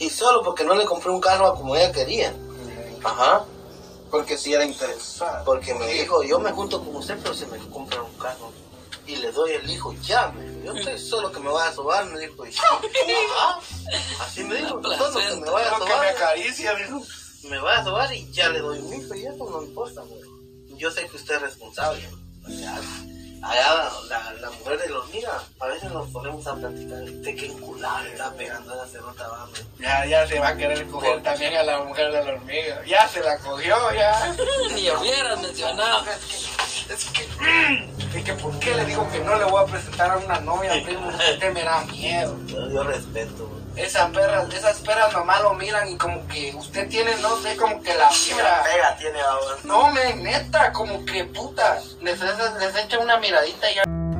Y solo porque no le compré un carro como ella quería. Ajá. Porque si era interesada. Porque me dijo, yo me junto con usted, pero si me compran un carro. Y le doy el hijo, ya, me dijo. Yo estoy solo que me vaya a sobar, me dijo. Y, ajá. Así me dijo, solo que me vaya a Solo que me sobar. acaricia, dijo. Me vaya a sobar y ya le doy un hijo y eso no me importa, güey. Yo sé que usted es responsable. O sea, allá la mujer de la hormiga, a veces nos ponemos a platicar de qué enculada le está pegando a esa cerota, vamos. Ya se va a querer coger también a la mujer de la hormiga. Ya se la cogió, ya. Ni hubieras mencionado. Es que ¿por qué le digo que no le voy a presentar a una novia, primo? Usted me da miedo. Yo respeto, güey. Esas perras nomás lo miran y como que usted tiene, no sé, como que la vibra. Pega tiene ahora. No, neta, como que puta, les echa una miradita y ya.